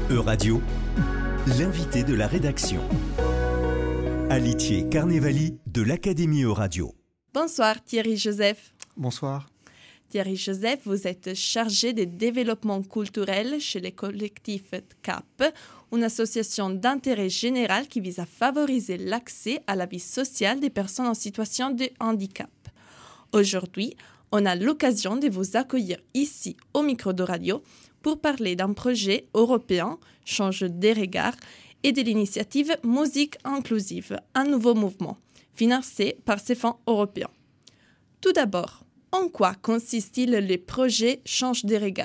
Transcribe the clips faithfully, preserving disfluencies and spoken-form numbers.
Euradio, l'invité de la rédaction. Alitier Carnevali de l'Académie Euradio. Bonsoir Thierry Joseph. Bonsoir. Thierry Joseph, vous êtes chargé de développement culturel chez le collectif C A P, une association d'intérêt général qui vise à favoriser l'accès à la vie sociale des personnes en situation de handicap. Aujourd'hui, on a l'occasion de vous accueillir ici au micro de radio pour parler d'un projet européen, Change des regards, et de l'initiative Musique inclusive, un nouveau mouvement, financé par ces fonds européens. Tout d'abord, en quoi consiste-t-il le projet Change des regards ?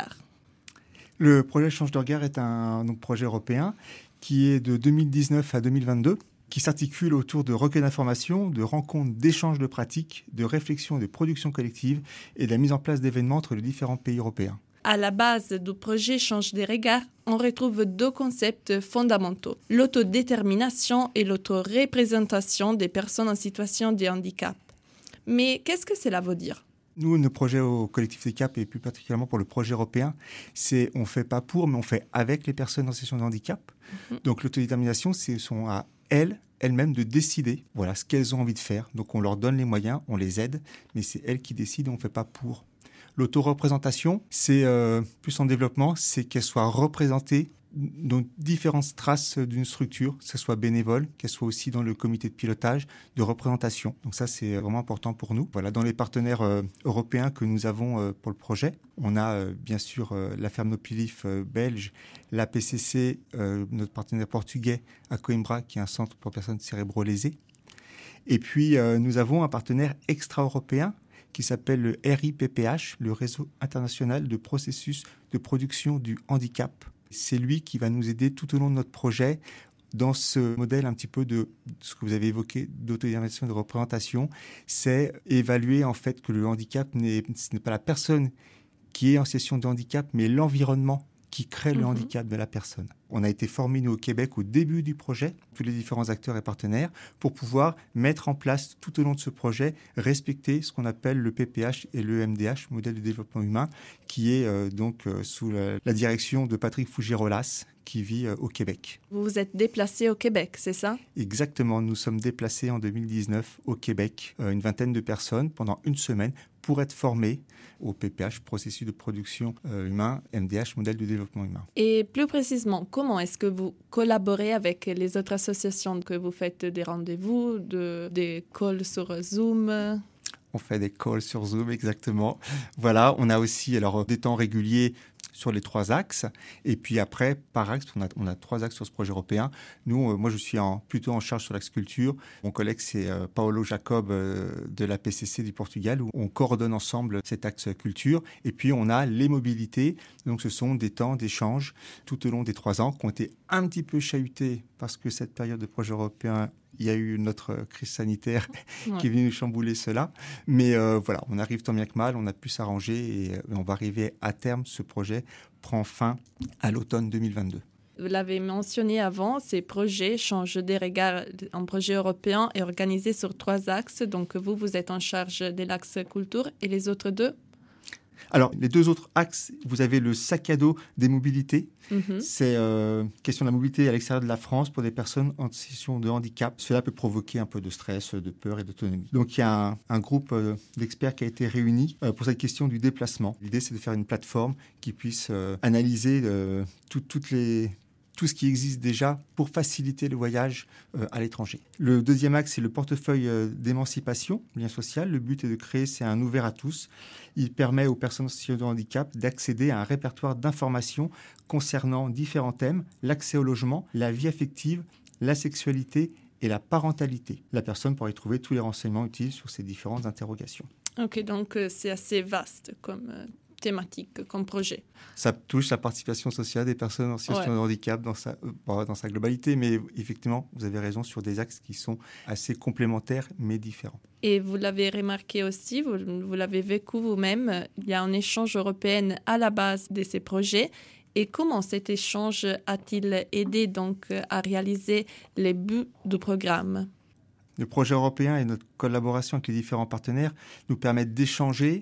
Le projet Change de regard est un donc, projet européen qui est de deux mille dix-neuf à deux mille vingt-deux, qui s'articule autour de recueils d'informations, de rencontres, d'échanges de pratiques, de réflexions et de productions collectives et de la mise en place d'événements entre les différents pays européens. À la base du projet Change des regards, on retrouve deux concepts fondamentaux, l'autodétermination et l'autoreprésentation des personnes en situation de handicap. Mais qu'est-ce que cela veut dire ? Nous, nos projets au collectif C A P et plus particulièrement pour le projet européen, c'est on ne fait pas pour, mais on fait avec les personnes en situation de handicap. Mmh. Donc l'autodétermination, c'est sont à elles, elles-mêmes de décider voilà, ce qu'elles ont envie de faire. Donc on leur donne les moyens, on les aide, mais c'est elles qui décident, on ne fait pas pour. L'autoreprésentation, c'est euh, plus en développement, c'est qu'elle soit représentée dans différentes strates d'une structure, que ce soit bénévole, qu'elle soit aussi dans le comité de pilotage, de représentation. Donc ça, c'est vraiment important pour nous. Voilà, dans les partenaires euh, européens que nous avons euh, pour le projet, on a euh, bien sûr euh, la Fernopilif euh, belge, la P C C, euh, notre partenaire portugais à Coimbra, qui est un centre pour personnes cérébro-lésées. Et puis, euh, nous avons un partenaire extra-européen qui s'appelle le R I P P H, le Réseau international de processus de production du handicap. C'est lui qui va nous aider tout au long de notre projet dans ce modèle un petit peu de ce que vous avez évoqué d'autodétermination et de représentation. C'est évaluer en fait que le handicap, n'est, ce n'est pas la personne qui est en situation de handicap, mais l'environnement qui crée le mmh. handicap de la personne. On a été formés, nous, au Québec, au début du projet, tous les différents acteurs et partenaires, pour pouvoir mettre en place, tout au long de ce projet, respecter ce qu'on appelle le P P H et le M D H, modèle de développement humain, qui est euh, donc euh, sous la, la direction de Patrick Fougirolas, qui vit euh, au Québec. Vous vous êtes déplacé au Québec, c'est ça ? Exactement, nous sommes déplacés en deux mille dix-neuf au Québec, euh, une vingtaine de personnes, pendant une semaine, pour être formés au P P H, processus de production euh, humain, M D H, modèle de développement humain. Et plus précisément, comment est-ce que vous collaborez avec les autres associations, que vous faites des rendez-vous, de, des calls sur Zoom ? On fait des calls sur Zoom, exactement. Voilà, on a aussi alors, des temps réguliers sur les trois axes. Et puis après, par axe, on a, on a trois axes sur ce projet européen. Nous, euh, moi, je suis en, plutôt en charge sur l'axe culture. Mon collègue, c'est euh, Paolo Jacob euh, de la P C C du Portugal, où on coordonne ensemble cet axe culture. Et puis, on a les mobilités. Donc, ce sont des temps d'échange tout au long des trois ans qui ont été un petit peu chahutés parce que cette période de projet européen, il y a eu notre crise sanitaire ouais. qui est venue nous chambouler cela. Mais euh, voilà, on arrive tant bien que mal, on a pu s'arranger et, et on va arriver à terme. Ce projet prend fin à l'automne deux mille vingt-deux. Vous l'avez mentionné avant, ces projets Change des regards, un projet européen est organisé sur trois axes. Donc vous, vous êtes en charge de l'axe culture et les autres deux ? Alors, les deux autres axes, vous avez le sac à dos des mobilités. Mmh. C'est euh, question de la mobilité à l'extérieur de la France pour des personnes en situation de handicap. Cela peut provoquer un peu de stress, de peur et d'autonomie. Donc, il y a un, un groupe euh, d'experts qui a été réuni euh, pour cette question du déplacement. L'idée, c'est de faire une plateforme qui puisse euh, analyser euh, tout, toutes les... tout ce qui existe déjà pour faciliter le voyage euh, à l'étranger. Le deuxième axe, c'est le portefeuille euh, d'émancipation, lien social. Le but est de créer, c'est un ouvert à tous. Il permet aux personnes en situation de handicap d'accéder à un répertoire d'informations concernant différents thèmes, l'accès au logement, la vie affective, la sexualité et la parentalité. La personne pourra y trouver tous les renseignements utiles sur ces différentes interrogations. Ok, donc euh, c'est assez vaste comme... Euh... thématique comme projet. Ça touche la participation sociale des personnes en situation ouais. de handicap dans sa, euh, dans sa globalité, mais effectivement, vous avez raison sur des axes qui sont assez complémentaires mais différents. Et vous l'avez remarqué aussi, vous, vous l'avez vécu vous-même, il y a un échange européen à la base de ces projets. Et comment cet échange a-t-il aidé donc à réaliser les buts du programme ? Le projet européen et notre collaboration avec les différents partenaires nous permettent d'échanger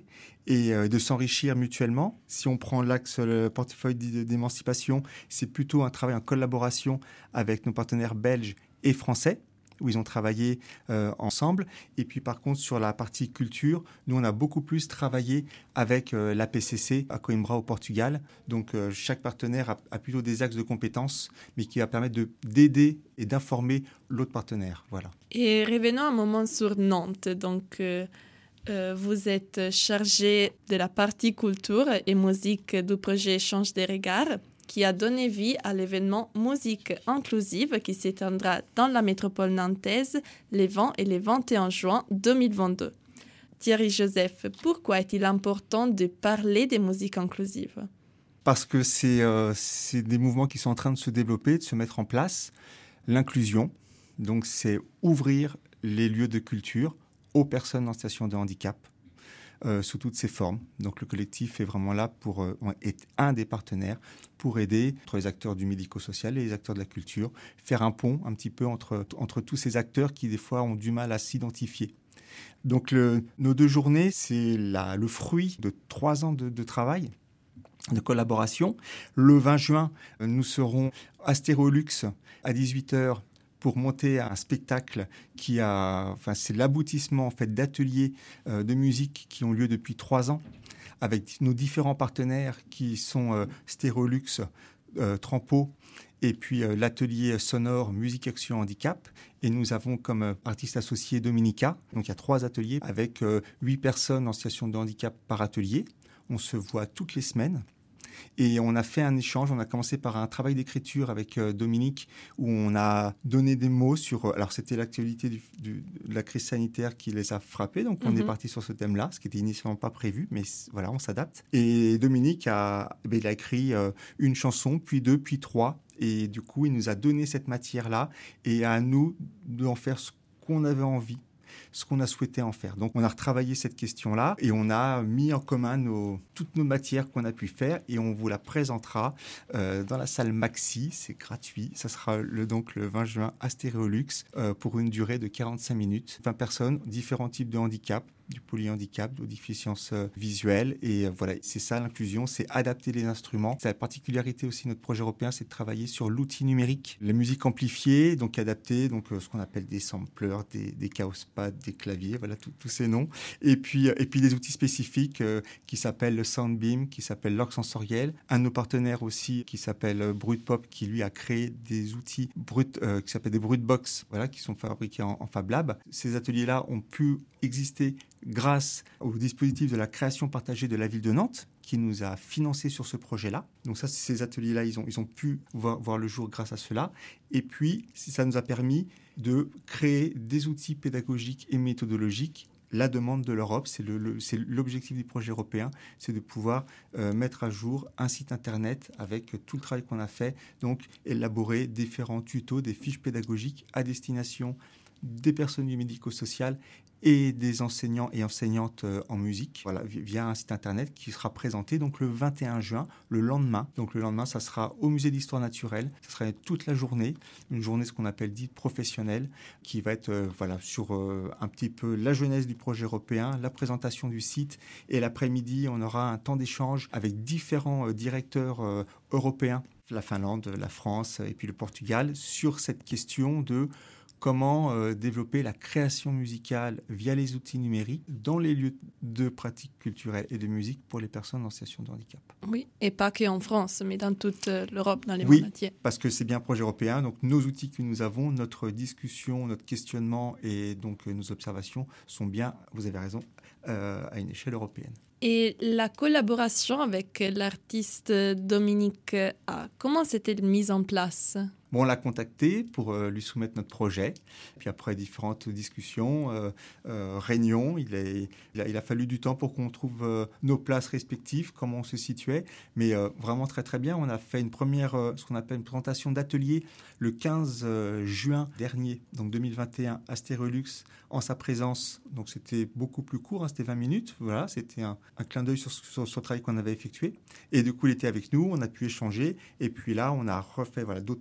et euh, de s'enrichir mutuellement. Si on prend l'axe le portefeuille d'émancipation, c'est plutôt un travail en collaboration avec nos partenaires belges et français, où ils ont travaillé euh, ensemble. Et puis par contre, sur la partie culture, nous, on a beaucoup plus travaillé avec euh, l'A P C C à Coimbra au Portugal. Donc euh, chaque partenaire a, a plutôt des axes de compétences, mais qui va permettre de, d'aider et d'informer l'autre partenaire. Voilà. Et revenons un moment sur Nantes. Donc, euh, euh, vous êtes chargé de la partie culture et musique du projet Échange des regards, qui a donné vie à l'événement Musique inclusive qui s'étendra dans la métropole nantaise les vingt et les vingt et un juin deux mille vingt-deux. Thierry Joseph, pourquoi est-il important de parler des musiques inclusives ? Parce que c'est, euh, c'est des mouvements qui sont en train de se développer, de se mettre en place. L'inclusion, donc c'est ouvrir les lieux de culture aux personnes en situation de handicap. Euh, sous toutes ses formes. Donc le collectif est vraiment là pour euh, être un des partenaires pour aider entre les acteurs du médico-social et les acteurs de la culture, faire un pont un petit peu entre, entre tous ces acteurs qui des fois ont du mal à s'identifier. Donc le, nos deux journées, c'est la, le fruit de trois ans de, de travail, de collaboration. Le vingt juin, nous serons à Stérolux à dix-huit heures pour monter un spectacle qui a, enfin, c'est l'aboutissement en fait d'ateliers euh, de musique qui ont lieu depuis trois ans avec nos différents partenaires qui sont euh, Stérolux, euh, Trampo et puis euh, l'atelier sonore Musique Action Handicap. Et nous avons comme euh, artiste associé Dominica. Donc il y a trois ateliers avec euh, huit personnes en situation de handicap par atelier. On se voit toutes les semaines. Et on a fait un échange, on a commencé par un travail d'écriture avec euh, Dominique où on a donné des mots sur... Euh, alors c'était l'actualité du, du, de la crise sanitaire qui les a frappés, donc on mm-hmm. est parti sur ce thème-là, ce qui n'était initialement pas prévu, mais voilà, on s'adapte. Et Dominique a, ben, il a écrit euh, une chanson, puis deux, puis trois, et du coup il nous a donné cette matière-là et à nous d'en faire ce qu'on avait envie, ce qu'on a souhaité en faire. Donc, on a retravaillé cette question-là et on a mis en commun nos, toutes nos matières qu'on a pu faire et on vous la présentera euh, dans la salle Maxi. C'est gratuit. Ça sera le, donc le vingt juin à Stérolux euh, pour une durée de quarante-cinq minutes. vingt personnes, différents types de handicap, du polyhandicap, de déficience euh, visuelle. Et euh, voilà, c'est ça l'inclusion, c'est adapter les instruments. C'est la particularité aussi de notre projet européen, c'est de travailler sur l'outil numérique. La musique amplifiée, donc adaptée, donc euh, ce qu'on appelle des sampleurs, des, des chaospads, des claviers, voilà tous ces noms. Et puis, euh, et puis des outils spécifiques euh, qui s'appellent le Soundbeam, qui s'appelle l'orgue sensoriel. Un de nos partenaires aussi qui s'appelle euh, Brutpop, qui lui a créé des outils brut, euh, qui s'appellent des Brutbox, voilà, qui sont fabriqués en, en Fab Lab. Ces ateliers-là ont pu exister grâce au dispositif de la création partagée de la ville de Nantes, qui nous a financé sur ce projet-là. Donc ça, ces ateliers-là, ils ont, ils ont pu voir, voir le jour grâce à cela. Et puis, ça nous a permis de créer des outils pédagogiques et méthodologiques. La demande de l'Europe, c'est, le, le, c'est l'objectif du projet européen, c'est de pouvoir euh, mettre à jour un site internet avec tout le travail qu'on a fait, donc élaborer différents tutos, des fiches pédagogiques à destination des personnes du médico-social et des enseignants et enseignantes en musique, voilà, via un site internet qui sera présenté donc le vingt et un juin, le lendemain. Donc le lendemain, ça sera au musée d'histoire naturelle. Ça sera toute la journée, une journée ce qu'on appelle dite professionnelle, qui va être euh, voilà sur euh, un petit peu la jeunesse du projet européen, la présentation du site, et l'après-midi, on aura un temps d'échange avec différents euh, directeurs euh, européens, la Finlande, la France et puis le Portugal, sur cette question de comment euh, développer la création musicale via les outils numériques dans les lieux de pratique culturelle et de musique pour les personnes en situation de handicap. Oui, et pas qu'en France, mais dans toute l'Europe, dans les oui, mondes entiers. Parce que c'est bien un projet européen, donc nos outils que nous avons, notre discussion, notre questionnement et donc nos observations sont bien, vous avez raison, euh, à une échelle européenne. Et la collaboration avec l'artiste Dominique A, comment s'est-elle mise en place ? Bon, on l'a contacté pour euh, lui soumettre notre projet. Puis après différentes discussions, euh, euh, réunions, il, est, il, a, il a fallu du temps pour qu'on trouve euh, nos places respectives, comment on se situait. Mais euh, vraiment très très bien. On a fait une première, euh, ce qu'on appelle une présentation d'atelier le quinze juin dernier, donc deux mille vingt et un, à Stérolux, en sa présence. Donc c'était beaucoup plus court, hein, c'était vingt minutes. Voilà, c'était un, un clin d'œil sur, sur, sur le travail qu'on avait effectué. Et du coup, il était avec nous, on a pu échanger. Et puis là, on a refait voilà, d'autres morceaux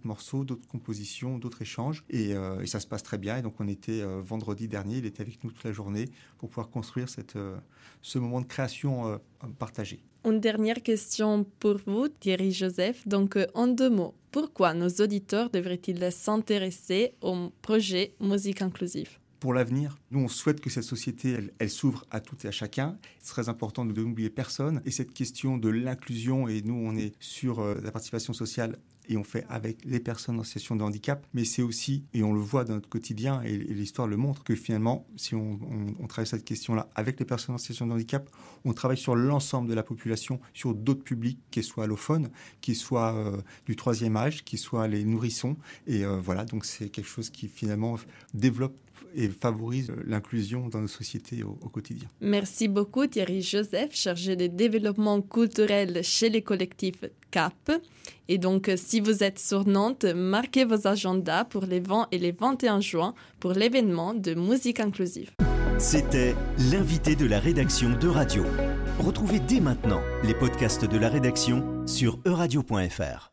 morceaux, d'autres compositions, d'autres échanges. Et, euh, et ça se passe très bien. Et donc, on était euh, vendredi dernier, il était avec nous toute la journée pour pouvoir construire cette, euh, ce moment de création euh, partagé. Une dernière question pour vous, Thierry Joseph. Donc, euh, en deux mots, pourquoi nos auditeurs devraient-ils s'intéresser au projet Musique Inclusive ? Pour l'avenir, nous, on souhaite que cette société, elle, elle s'ouvre à toutes et à chacun. C'est très important de n'oublier personne. Et cette question de l'inclusion, et nous, on est sur euh, la participation sociale et on fait avec les personnes en situation de handicap. Mais c'est aussi, et on le voit dans notre quotidien, et, et l'histoire le montre, que finalement, si on, on, on travaille cette question-là avec les personnes en situation de handicap, on travaille sur l'ensemble de la population, sur d'autres publics, qu'ils soient allophones, qu'ils soient euh, du troisième âge, qu'ils soient les nourrissons. Et euh, voilà, donc c'est quelque chose qui finalement développe et favorise l'inclusion dans nos sociétés au, au quotidien. Merci beaucoup Thierry Joseph, chargé de développement culturel chez les collectifs C A P. Et donc, si vous êtes sur Nantes, marquez vos agendas pour les vingt et les vingt et un juin pour l'événement de Musique Inclusive. C'était l'invité de la rédaction d'Euradio. Retrouvez dès maintenant les podcasts de la rédaction sur euradio point f r.